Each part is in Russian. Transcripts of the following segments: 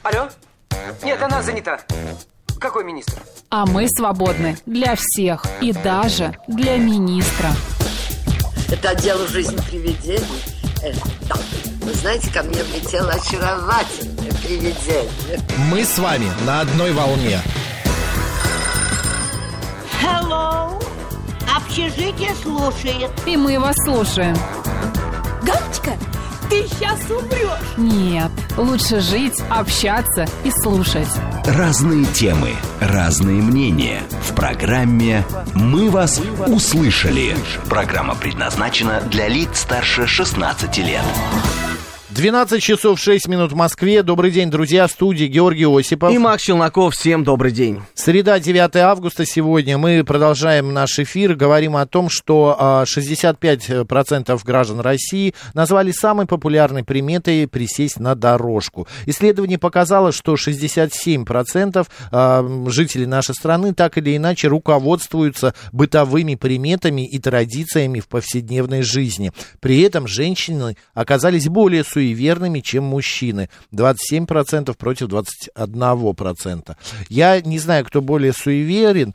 Алло? Нет, она занята. Какой министр? А мы свободны для всех и даже для министра. Это отдел «Жизнь привидений». Вы знаете, ко мне влетело очаровательное привидение. Мы с вами на одной волне. Hello! Общежитие слушает. И мы вас слушаем. Галочка, ты сейчас умрешь. Нет, лучше жить, общаться и слушать. Разные темы, разные мнения. В программе «Мы вас услышали». Программа предназначена для лиц старше 16 лет. 12 часов 6 минут в Москве. Добрый день, друзья, в студии Георгий Осипов и Макс Челноков. Всем добрый день. Среда, 9 августа сегодня. Мы продолжаем наш эфир. Говорим о том, что 65% граждан России назвали самой популярной приметой присесть на дорожку. Исследование показало, что 67% жителей нашей страны так или иначе руководствуются бытовыми приметами и традициями в повседневной жизни. При этом женщины оказались более суеверными, чем мужчины. 27% против 21%. Я не знаю, кто более суеверен,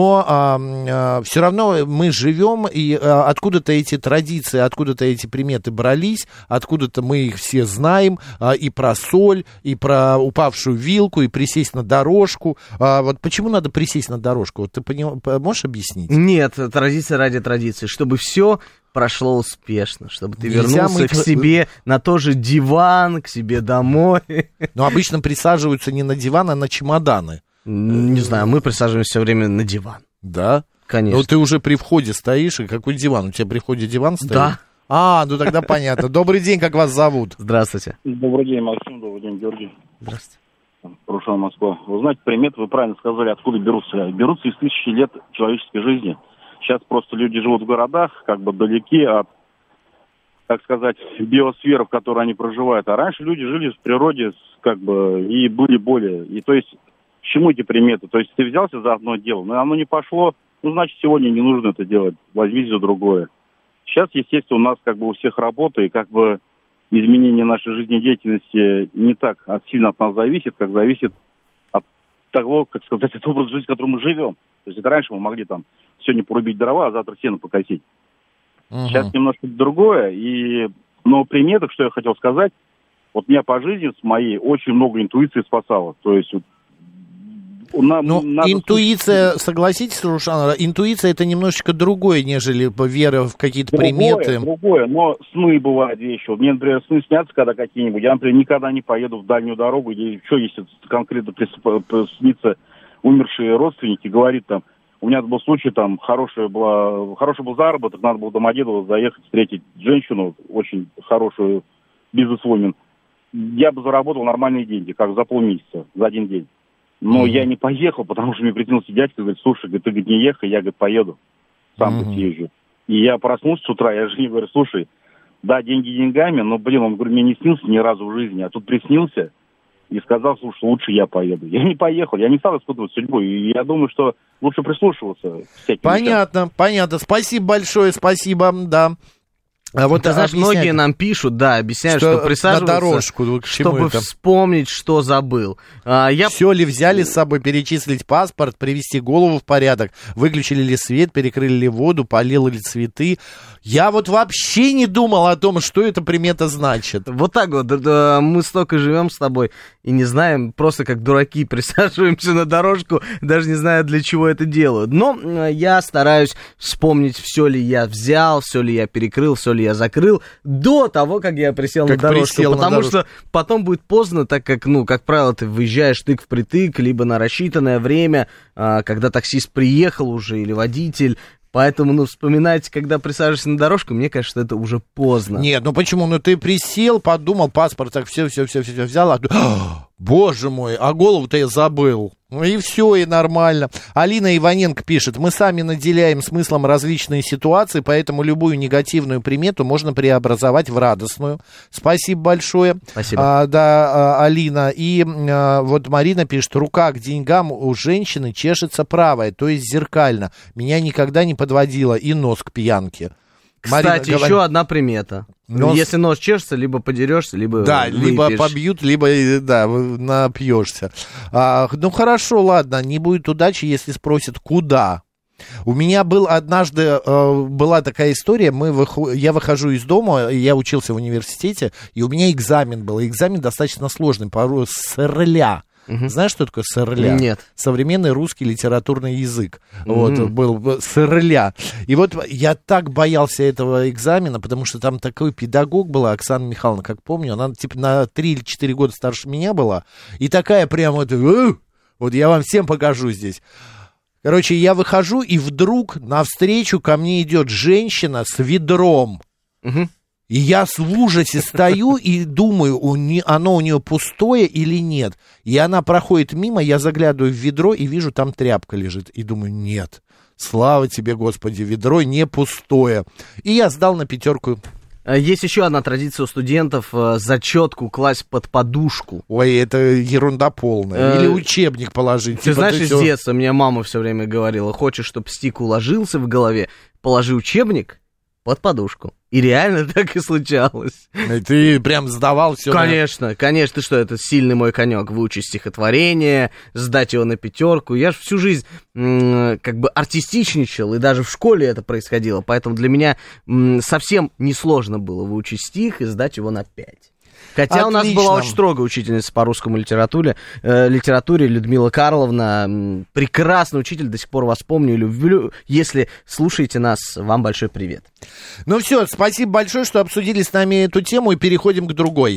но все равно мы живем, и откуда-то эти традиции, откуда-то эти приметы брались, откуда-то мы их все знаем, и про соль, и про упавшую вилку, и присесть на дорожку. Вот почему надо присесть на дорожку? Вот ты можешь объяснить? Нет, традиция ради традиции, чтобы все прошло успешно, чтобы ты вернулся к себе на тот же диван, к себе домой. Но обычно присаживаются не на диван, а на чемоданы. Не знаю, мы присаживаемся все время на диван. Да? Конечно. Ну ты уже при входе стоишь, и какой диван? У тебя при входе диван стоит? Да. Ну тогда понятно. Добрый день, как вас зовут? Здравствуйте. Добрый день, Максим, добрый день, Георгий. Здравствуйте. Прошлая Москва. Вы знаете, приметы, вы правильно сказали, откуда берутся. Берутся из тысячи лет человеческой жизни. Сейчас просто люди живут в городах, как бы далеки от, так сказать, биосферы, в которой они проживают. А раньше люди жили в природе, как бы, и были более... И то есть, к чему эти приметы? То есть, ты взялся за одно дело, но оно не пошло, значит, сегодня не нужно это делать, возьмись за другое. Сейчас, естественно, у нас, как бы, у всех работа, и, как бы, изменение нашей жизнедеятельности не так сильно от нас зависит, как зависит от того, как сказать, от образа жизни, в котором мы живем. То есть, это раньше мы могли, там, сегодня порубить дрова, а завтра сено покосить. Сейчас немножко другое. Но приметах, что я хотел сказать, вот меня по жизни с моей очень много интуиции спасало. То есть интуиция, согласитесь, Рушан, интуиция это немножечко другое, нежели вера в какие-то приметы. Другое, но сны бывают вещи. Вот мне, например, сны снятся когда какие-нибудь. Я, например, никогда не поеду в дальнюю дорогу, или что, если конкретно снится умершие родственники, говорит там, у меня был случай, там, хороший был заработок, надо было в Домодедово заехать, встретить женщину, очень хорошую бизнесвумен. Я бы заработал нормальные деньги, как за полмесяца, за один день. Но я не поехал, потому что мне притянулся дядька, говорит, слушай, ты, говорит, не ехай, я, говорит, поеду, сам съезжу. И я проснулся с утра, я жене говорю, слушай, да, деньги деньгами, но, он, говорит, мне не снился ни разу в жизни, а тут приснился. И сказал, слушай, лучше я поеду. Я не поехал, я не стал испытывать судьбу. И я думаю, что лучше прислушиваться. Понятно. Спасибо большое, спасибо, да. А вот ты знаешь, многие нам пишут, да, объясняют, что присаживаются, на дорожку, чтобы вспомнить, что забыл. Все ли взяли с собой, перечислить паспорт, привести голову в порядок, выключили ли свет, перекрыли ли воду, полили ли цветы. Я вот вообще не думал о том, что эта примета значит. Вот так вот, мы столько живем с тобой и не знаем, просто как дураки присаживаемся на дорожку, даже не зная, для чего это делают. Но я стараюсь вспомнить, все ли я взял, все ли я перекрыл, все ли я закрыл до того, как я присел на дорожку, потому что потом будет поздно, так как, как правило, ты выезжаешь тык в притык, либо на рассчитанное время, когда таксист приехал уже или водитель. Поэтому, вспоминать, когда присаживаешься на дорожку, мне кажется, это уже поздно. Нет, почему? Ты присел, подумал, паспорт, так все взял, боже мой, а голову-то я забыл. И все, и нормально. Алина Иваненко пишет, мы сами наделяем смыслом различные ситуации, поэтому любую негативную примету можно преобразовать в радостную. Спасибо большое. Спасибо. Алина. И вот Марина пишет, рука к деньгам у женщины чешется правая, то есть зеркально. Меня никогда не подводила, и нос к пьянке. Кстати, еще одна примета. Если нос чешется, либо подерешься, либо да, выпьешь. Либо побьют, либо, да, напьешься. Ну, хорошо, ладно, не будет удачи, если спросят, куда. У меня однажды была такая история, я выхожу из дома, я учился в университете, и у меня экзамен был. Экзамен достаточно сложный, с РЛЯ. Знаешь, что такое СРЛЯ? Нет. Современный русский литературный язык. Вот, был СРЛЯ. И вот я так боялся этого экзамена, потому что там такой педагог была, Оксана Михайловна, как помню, она типа на 3 или 4 года старше меня была, и такая прям вот я вам всем покажу здесь. Короче, я выхожу, и вдруг навстречу ко мне идет женщина с ведром. И я в ужасе стою и думаю, оно у нее пустое или нет. И она проходит мимо, я заглядываю в ведро и вижу, там тряпка лежит. И думаю, нет, слава тебе, Господи, ведро не пустое. И я сдал на 5. Есть еще одна традиция у студентов — зачетку класть под подушку. Ой, это ерунда полная. Или учебник положить. Ты знаешь, из детства мне мама все время говорила, хочешь, чтобы стик уложился в голове, положи учебник под подушку. И реально так и случалось. И ты прям сдавал все. Конечно, конечно. Ты что, это сильный мой конек. Выучить стихотворение, сдать его на 5. Я же всю жизнь как бы артистичничал, и даже в школе это происходило. Поэтому для меня совсем несложно было выучить стих и сдать его на 5. Хотя Отлично. У нас была очень строгая учительница по русскому литературе Людмила Карловна. Прекрасный учитель, до сих пор вас помню и люблю. Если слушаете нас, вам большой привет. Ну все, спасибо большое, что обсудили с нами эту тему, и переходим к другой.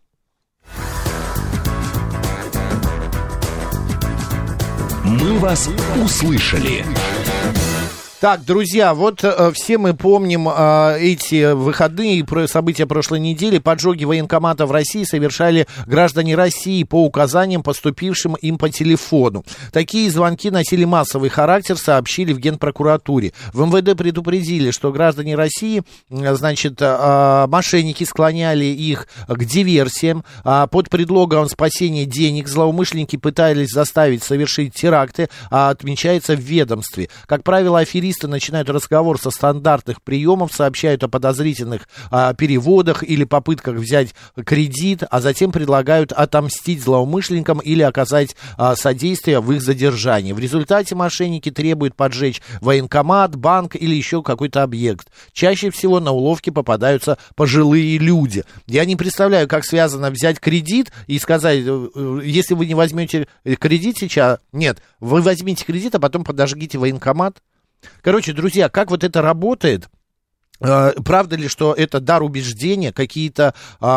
Мы вас услышали. Так, друзья, вот все мы помним эти выходные события прошлой недели. Поджоги военкомата в России совершали граждане России по указаниям, поступившим им по телефону. Такие звонки носили массовый характер, сообщили в Генпрокуратуре. В МВД предупредили, что граждане России, значит, мошенники склоняли их к диверсиям. Под предлогом спасения денег злоумышленники пытались заставить совершить теракты, отмечается в ведомстве. Как правило, аферисты начинают разговор со стандартных приемов, сообщают о подозрительных переводах или попытках взять кредит, а затем предлагают отомстить злоумышленникам или оказать содействие в их задержании. В результате мошенники требуют поджечь военкомат, банк или еще какой-то объект. Чаще всего на уловки попадаются пожилые люди. Я не представляю, как связано взять кредит и сказать, если вы не возьмете кредит сейчас, нет, вы возьмите кредит, а потом подожгите военкомат. Короче, друзья, как вот это работает? Правда ли, что это дар убеждения, какие-то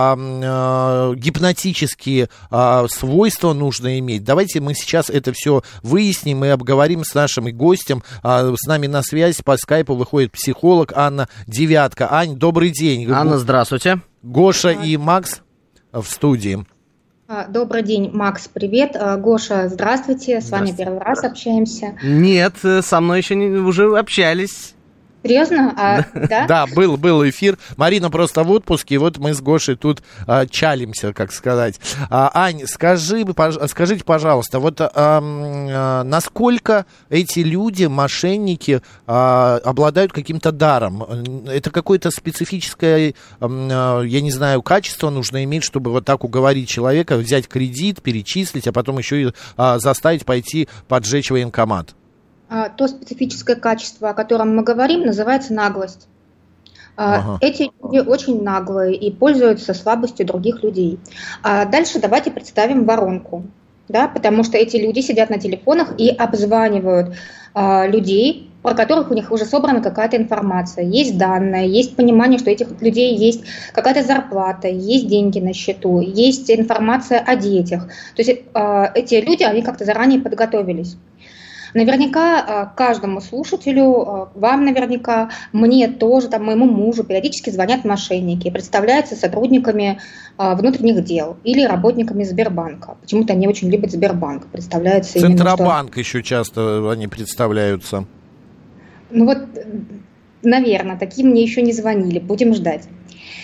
гипнотические свойства нужно иметь? Давайте мы сейчас это все выясним и обговорим с нашим гостем. С нами на связь по скайпу выходит психолог Анна Девятка. Ань, добрый день. Анна, здравствуйте. Гоша и Макс в студии. Добрый день, Макс, привет. Гоша, здравствуйте, с вами первый раз общаемся. Нет, со мной еще уже общались. Серьезно? Да? Да, был эфир. Марина просто в отпуске, и вот мы с Гошей тут чалимся, как сказать. Ань, скажите, пожалуйста, вот насколько эти люди, мошенники, обладают каким-то даром? Это какое-то специфическое, я не знаю, качество нужно иметь, чтобы вот так уговорить человека взять кредит, перечислить, а потом еще и заставить пойти поджечь военкомат? То специфическое качество, о котором мы говорим, называется наглость. Эти люди очень наглые и пользуются слабостью других людей. Дальше давайте представим воронку, да, потому что эти люди сидят на телефонах и обзванивают людей, про которых у них уже собрана какая-то информация, есть данные, есть понимание, что у этих людей есть какая-то зарплата, есть деньги на счету, есть информация о детях. То есть эти люди, они как-то заранее подготовились. Наверняка каждому слушателю, вам наверняка, мне тоже, моему мужу периодически звонят мошенники, представляются сотрудниками внутренних дел или работниками Сбербанка. Почему-то они очень любят Сбербанк, представляются именно, Центробанк еще часто они представляются. Ну вот, наверное, такие мне еще не звонили, будем ждать.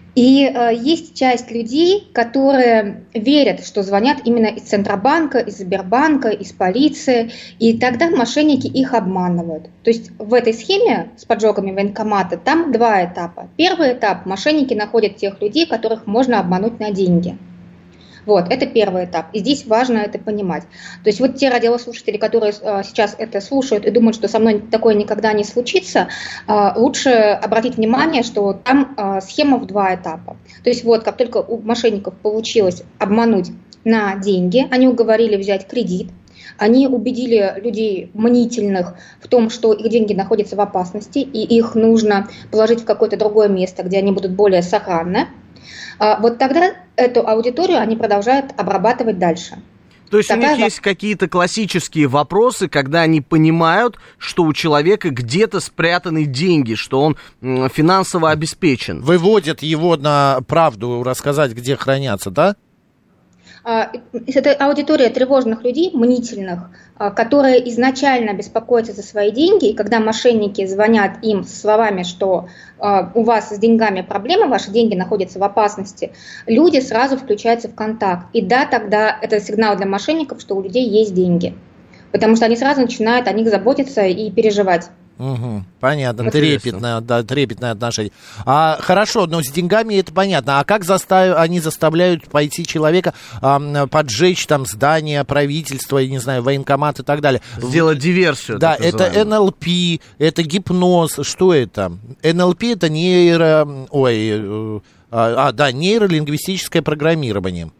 И есть часть людей, которые верят, что звонят именно из Центробанка, из Сбербанка, из полиции, и тогда мошенники их обманывают. То есть в этой схеме с поджогами военкомата там два этапа. Первый этап – мошенники находят тех людей, которых можно обмануть на деньги. Вот, это первый этап. И здесь важно это понимать. То есть вот те радиослушатели, которые сейчас это слушают и думают, что со мной такое никогда не случится, лучше обратить внимание, что там схема в два этапа. То есть вот как только у мошенников получилось обмануть на деньги, они уговорили взять кредит, они убедили людей мнительных в том, что их деньги находятся в опасности, и их нужно положить в какое-то другое место, где они будут более сохранны. Вот тогда эту аудиторию они продолжают обрабатывать дальше. То есть у них есть какие-то классические вопросы, когда они понимают, что у человека где-то спрятаны деньги, что он финансово обеспечен. Выводят его на правду, рассказать, где хранятся, да? Это аудитория тревожных людей, мнительных, которые изначально беспокоятся за свои деньги, и когда мошенники звонят им с словами, что у вас с деньгами проблемы, ваши деньги находятся в опасности, люди сразу включаются в контакт. И да, тогда это сигнал для мошенников, что у людей есть деньги, потому что они сразу начинают о них заботиться и переживать. Угу, понятно, трепетное отношение. Хорошо, но с деньгами это понятно. А как они заставляют пойти человека поджечь там здание, правительство, я не знаю, военкомат и так далее? Сделать диверсию. Да, это НЛП, это гипноз, что это? НЛП это нейролингвистическое программирование.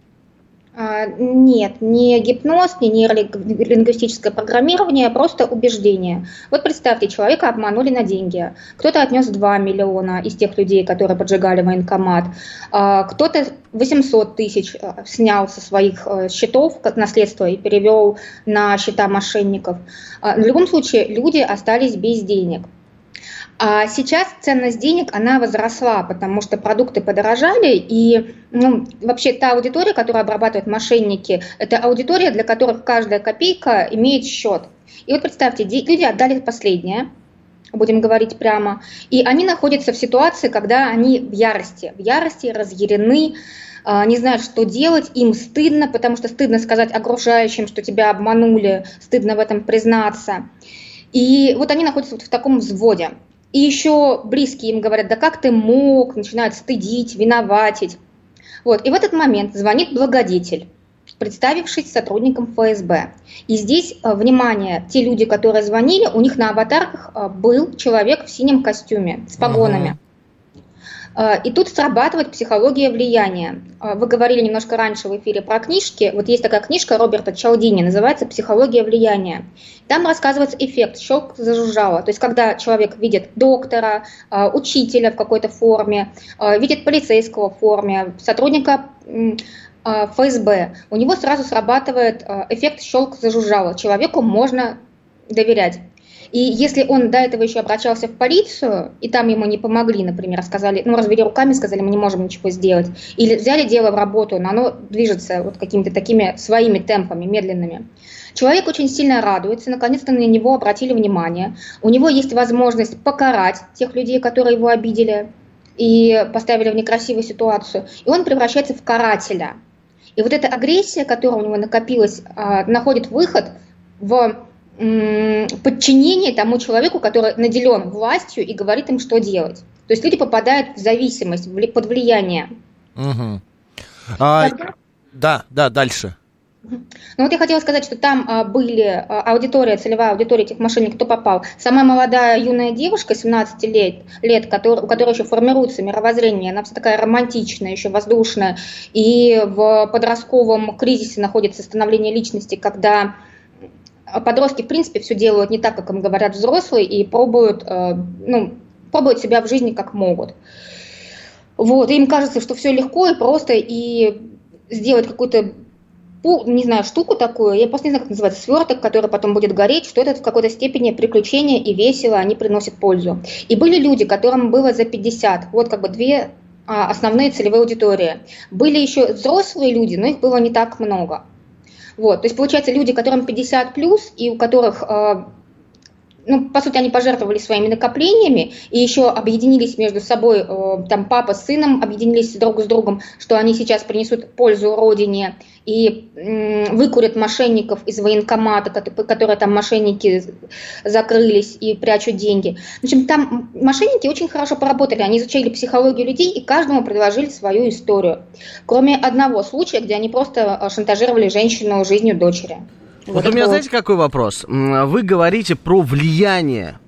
Нет, не гипноз, не нейролингвистическое программирование, а просто убеждение. Вот представьте, человека обманули на деньги. Кто-то отнес 2 миллиона из тех людей, которые поджигали военкомат. Кто-то 800 тысяч снял со своих счетов как наследство и перевел на счета мошенников. В любом случае, люди остались без денег. А сейчас ценность денег, она возросла, потому что продукты подорожали, и вообще та аудитория, которую обрабатывают мошенники, это аудитория, для которых каждая копейка имеет счет. И вот представьте, люди отдали последнее, будем говорить прямо, и они находятся в ситуации, когда они в ярости, разъярены, не знают, что делать, им стыдно, потому что стыдно сказать окружающим, что тебя обманули, стыдно в этом признаться. И вот они находятся вот в таком взводе. И еще близкие им говорят, да как ты мог, начинают стыдить, виноватить. Вот. И в этот момент звонит благодетель, представившись сотрудником ФСБ. И здесь, внимание, те люди, которые звонили, у них на аватарках был человек в синем костюме с погонами. И тут срабатывает психология влияния. Вы говорили немножко раньше в эфире про книжки. Вот есть такая книжка Роберта Чалдини, называется «Психология влияния». Там рассказывается эффект «щелк зажужжало». То есть когда человек видит доктора, учителя в какой-то форме, видит полицейского в форме, сотрудника ФСБ, у него сразу срабатывает эффект «щелк зажужжало». Человеку можно доверять. И если он до этого еще обращался в полицию, и там ему не помогли, например, сказали, развели руками, сказали, мы не можем ничего сделать, или взяли дело в работу, но оно движется вот какими-то такими своими темпами, медленными, человек очень сильно радуется, наконец-то на него обратили внимание, у него есть возможность покарать тех людей, которые его обидели и поставили в некрасивую ситуацию, и он превращается в карателя. И вот эта агрессия, которая у него накопилась, находит выход в подчинение тому человеку, который наделен властью и говорит им, что делать. То есть люди попадают в зависимость, под влияние. Угу. Да, дальше. Вот я хотела сказать, что там были целевая аудитория этих мошенников, кто попал. Самая молодая юная девушка, 17 лет, у которой еще формируется мировоззрение, она вся такая романтичная, еще воздушная, и в подростковом кризисе находится становление личности, когда подростки, в принципе, все делают не так, как им говорят взрослые, и пробуют себя в жизни как могут. Вот, и им кажется, что все легко и просто, и сделать какую-то, не знаю, штуку такую, я просто не знаю, как называется, сверток, который потом будет гореть, что это в какой-то степени приключение и весело, они приносят пользу. И были люди, которым было за 50, вот как бы две основные целевые аудитории. Были еще взрослые люди, но их было не так много. Вот, то есть, получается, люди, которым 50+, и у которых по сути, они пожертвовали своими накоплениями и еще объединились между собой, там папа с сыном объединились друг с другом, что они сейчас принесут пользу родине и выкурят мошенников из военкомата, которые там мошенники закрылись и прячут деньги. В общем, там мошенники очень хорошо поработали, они изучали психологию людей и каждому предложили свою историю. Кроме одного случая, где они просто шантажировали женщину жизнью дочери. Вот у меня, знаете, какой вопрос? Вы говорите про влияние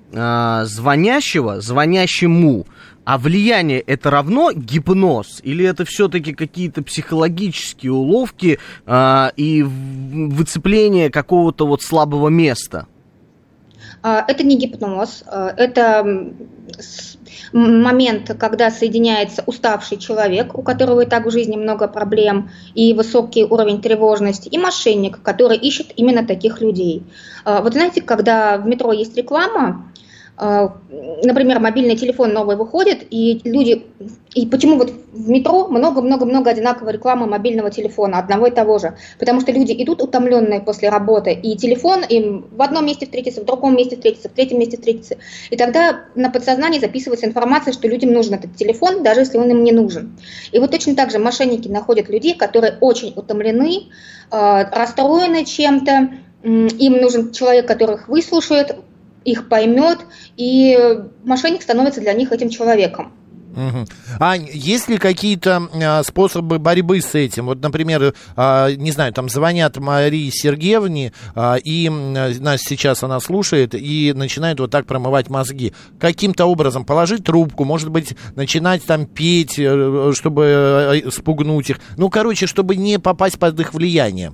звонящему, а влияние это равно гипноз? Или это все-таки какие-то психологические уловки и выцепление какого-то вот слабого места? Это не гипноз, это момент, когда соединяется уставший человек, у которого и так в жизни много проблем и высокий уровень тревожности, и мошенник, который ищет именно таких людей. Вот знаете, когда в метро есть реклама, например, мобильный телефон новый выходит, и люди... И почему вот в метро много-много-много одинаковой рекламы мобильного телефона, одного и того же? Потому что люди идут утомленные после работы, и телефон им в одном месте встретится, в другом месте встретится, в третьем месте встретится. И тогда на подсознании записывается информация, что людям нужен этот телефон, даже если он им не нужен. И вот точно так же мошенники находят людей, которые очень утомлены, расстроены чем-то, им нужен человек, который их выслушает, их поймет, и мошенник становится для них этим человеком. Угу. Ань, есть ли какие-то способы борьбы с этим? Вот, например, не знаю, там звонят Марии Сергеевне, и нас сейчас она слушает, и начинает вот так промывать мозги. Каким-то образом положить трубку, может быть, начинать там петь, чтобы спугнуть их. Ну, короче, чтобы не попасть под их влияние.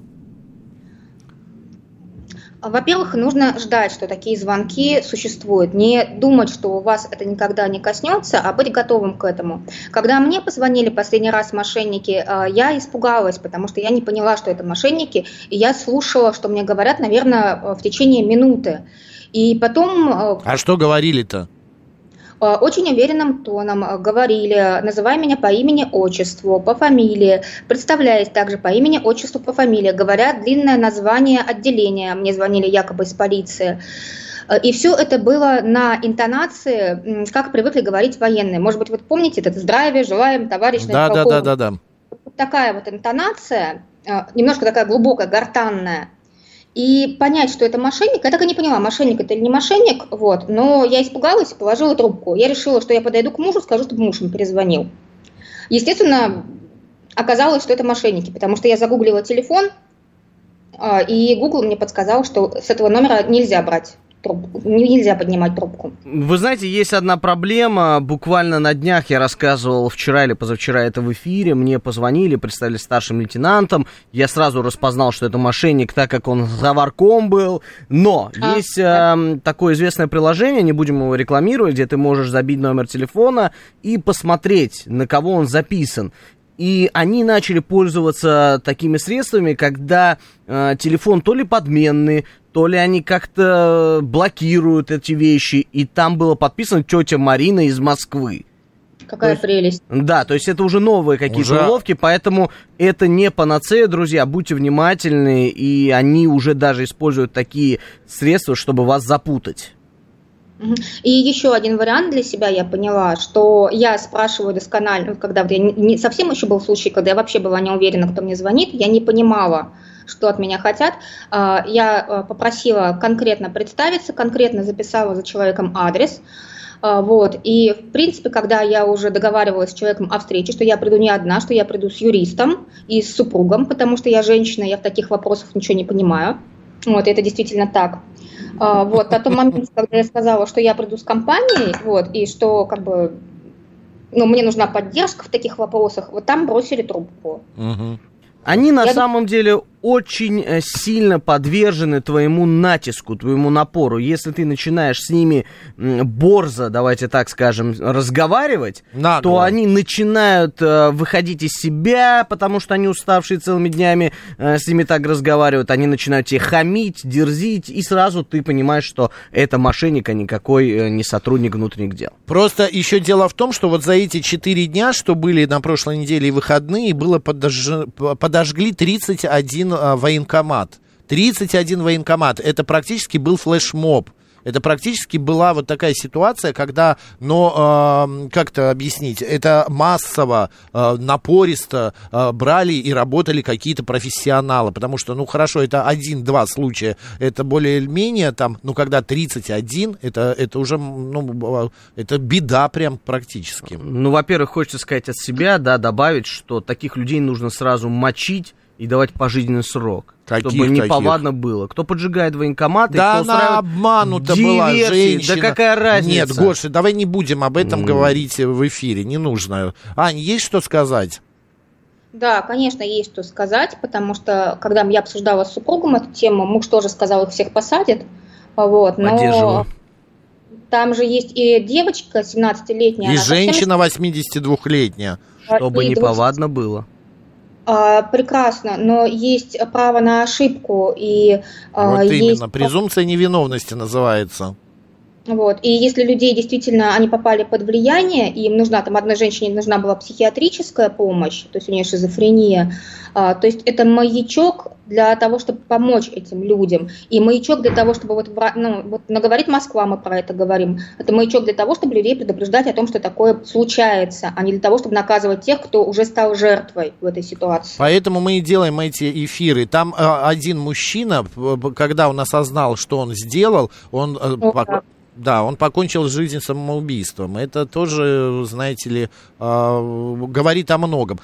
Во-первых, нужно ждать, что такие звонки существуют. Не думать, что вас это никогда не коснется, а быть готовым к этому. Когда мне позвонили последний раз мошенники, я испугалась, потому что я не поняла, что это мошенники, и я слушала, что мне говорят, наверное, в течение минуты. И потом... А что говорили-то? Очень уверенным тоном говорили, называя меня по имени, отчеству, по фамилии, представляясь также по имени, отчеству, по фамилии, говоря длинное название отделения, мне звонили якобы из полиции. И все это было на интонации, как привыкли говорить военные. Может быть, вы помните это «Здравия желаем, товарищ полковник». Да. Вот такая вот интонация, немножко такая глубокая, гортанная. И понять, что это мошенник, я так и не поняла, мошенник это или не мошенник, вот, но я испугалась и положила трубку. Я решила, что я подойду к мужу, скажу, чтобы муж мне перезвонил. Естественно, оказалось, что это мошенники, потому что я загуглила телефон, и Google мне подсказал, что с этого номера нельзя брать трубку, нельзя поднимать трубку. Вы знаете, есть одна проблема. Буквально на днях я рассказывал, вчера или позавчера это в эфире, мне позвонили, представили старшим лейтенантом. Я сразу распознал, что это мошенник, так как он заварком был. Но есть такое известное приложение, не будем его рекламировать, где ты можешь забить номер телефона и посмотреть, на кого он записан. И они начали пользоваться такими средствами, когда телефон то ли подменный, то ли они как-то блокируют эти вещи, и там было подписано «Тетя Марина из Москвы». Какая прелесть. Да, то есть это уже новые какие-то уловки, поэтому это не панацея, друзья, будьте внимательны, и они уже даже используют такие средства, чтобы вас запутать. И еще один вариант для себя я поняла, что я спрашиваю досконально, когда я не совсем еще был случай, когда я вообще была не уверена, кто мне звонит, я не понимала, что от меня хотят. Я попросила конкретно представиться, конкретно записала за человеком адрес. Вот. И, в принципе, когда я уже договаривалась с человеком о встрече, что я приду не одна, что я приду с юристом и с супругом, потому что я женщина, я в таких вопросах ничего не понимаю. Вот, и это действительно так. Вот, на том моменте, когда я сказала, что я приду с компанией, вот, и что, как бы, ну, мне нужна поддержка в таких вопросах, вот там бросили трубку. Они на самом деле очень сильно подвержены твоему натиску, твоему напору. Если ты начинаешь с ними борзо, давайте так скажем, разговаривать, то они начинают выходить из себя, потому что они уставшие целыми днями с ними так разговаривают. Они начинают тебе хамить, дерзить, и сразу ты понимаешь, что это мошенник, а никакой не сотрудник внутренних дел. Просто еще дело в том, что вот за эти 4 дня, что были на прошлой неделе и выходные, было подожгли 31 военкомат. 31 военкомат. Это практически был флешмоб. Это практически была вот такая ситуация, когда, как-то объяснить, это массово, напористо брали и работали какие-то профессионалы, потому что, хорошо, это 1-2 случая, это более-менее там, когда 31, это уже, это беда прям практически. Во-первых, хочется сказать от себя, добавить, что таких людей нужно сразу мочить и давать пожизненный срок. Чтобы неповадно было. Кто поджигает военкоматы, да, кто устраивает она обманута была женщина. Да какая разница? Нет, Гоша, давай не будем об этом говорить в эфире, не нужно. Ань, есть что сказать? Да, конечно, есть что сказать, потому что, когда я обсуждала с супругом эту тему, муж тоже сказал, их всех посадят. Но там же есть и девочка 17-летняя. И женщина 82-летняя. Чтобы неповадно было. Прекрасно, но есть право на ошибку. И, вот есть... именно, презумпция невиновности называется. И если людей действительно, они попали под влияние, и им нужна, там одной женщине нужна была психиатрическая помощь, то есть у нее шизофрения, то есть это маячок для того, чтобы помочь этим людям, и маячок для того, чтобы, говорит Москва, мы про это говорим, это маячок для того, чтобы людей предупреждать о том, что такое случается, а не для того, чтобы наказывать тех, кто уже стал жертвой в этой ситуации. Поэтому мы и делаем эти эфиры. Там один мужчина, когда он осознал, что он сделал, он... Да, он покончил жизнь самоубийством. Это тоже, знаете ли, говорит о многом.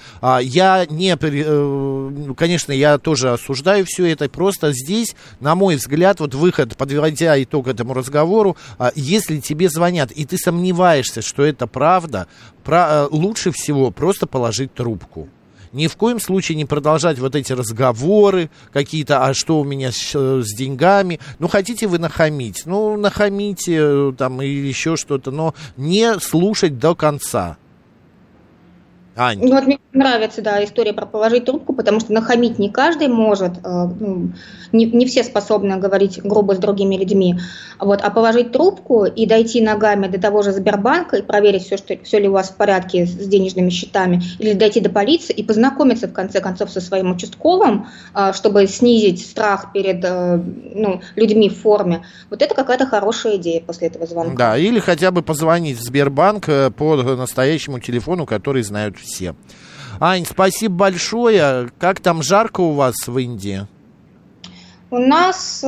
Конечно, я тоже осуждаю все это. Просто здесь, на мой взгляд, выход, подводя итог этому разговору, если тебе звонят, и ты сомневаешься, что это правда, лучше всего просто положить трубку. Ни в коем случае не продолжать эти разговоры какие-то, а что у меня с деньгами. Хотите вы нахамить? Нахамите там или еще что-то, но не слушать до конца. Ань. Мне нравится, история про положить трубку, потому что нахамить не каждый может, не все способны говорить грубо с другими людьми, а положить трубку и дойти ногами до того же Сбербанка и проверить, все ли у вас в порядке с денежными счетами, или дойти до полиции и познакомиться, в конце концов, со своим участковым, чтобы снизить страх перед людьми в форме. Это какая-то хорошая идея после этого звонка. Да, или хотя бы позвонить в Сбербанк по настоящему телефону, который знают все. Ань, спасибо большое. Как там, жарко у вас в Индии? У нас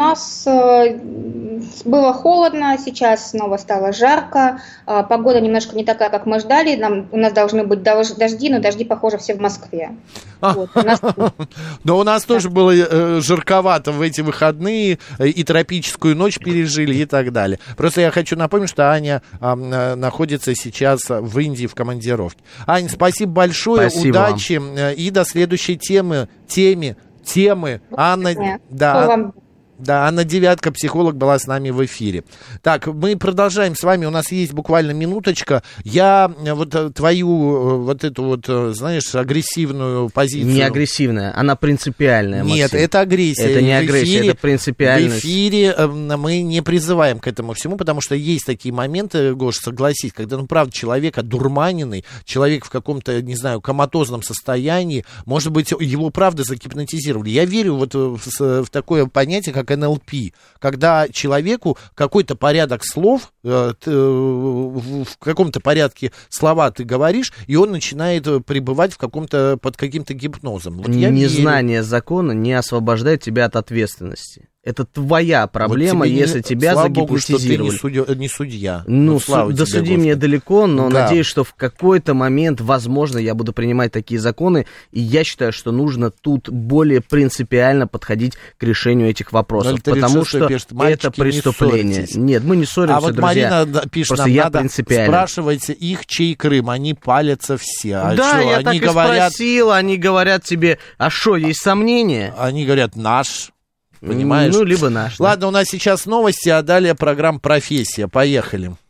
было холодно, сейчас снова стало жарко. Погода немножко не такая, как мы ждали. У нас должны быть дожди, но дожди, похоже, все в Москве. Но у нас тоже было жарковато в эти выходные, и тропическую ночь пережили, и так далее. Просто я хочу напомнить, что Аня находится сейчас в Индии в командировке. Ань, спасибо большое, удачи, и до следующей темы. Анна, Анна Девятка, психолог, была с нами в эфире. Так, мы продолжаем с вами, у нас есть буквально минуточка. Я твою знаешь, агрессивную позицию... Не агрессивная, она принципиальная, Максим. Нет, это агрессия. Это не агрессия, это принципиальность. В эфире мы не призываем к этому всему, потому что есть такие моменты, Гош, согласись, когда, правда, человек одурманенный, человек в каком-то, не знаю, коматозном состоянии, может быть, его, правда, загипнотизировали. Я верю в такое понятие, как НЛП, когда человеку какой-то порядок слов, в каком-то порядке слова ты говоришь, и он начинает пребывать под каким-то гипнозом. Незнание закона не освобождает тебя от ответственности. Это твоя проблема, если тебя загипнотизировали. Слава Богу, что ты не судья. До судьи мне далеко, но надеюсь, что в какой-то момент, возможно, я буду принимать такие законы, и я считаю, что нужно тут более принципиально подходить к решению этих вопросов, потому что это преступление. Нет, мы не ссоримся, друзья. Марина пишет, просто нам надо спрашивайте их, чей Крым, они палятся все. Да, я так и спросил, они говорят тебе, а что, есть сомнения? Они говорят, наш. Понимаешь? Либо наш. Ладно, у нас сейчас новости, а далее программа «Профессия». Поехали.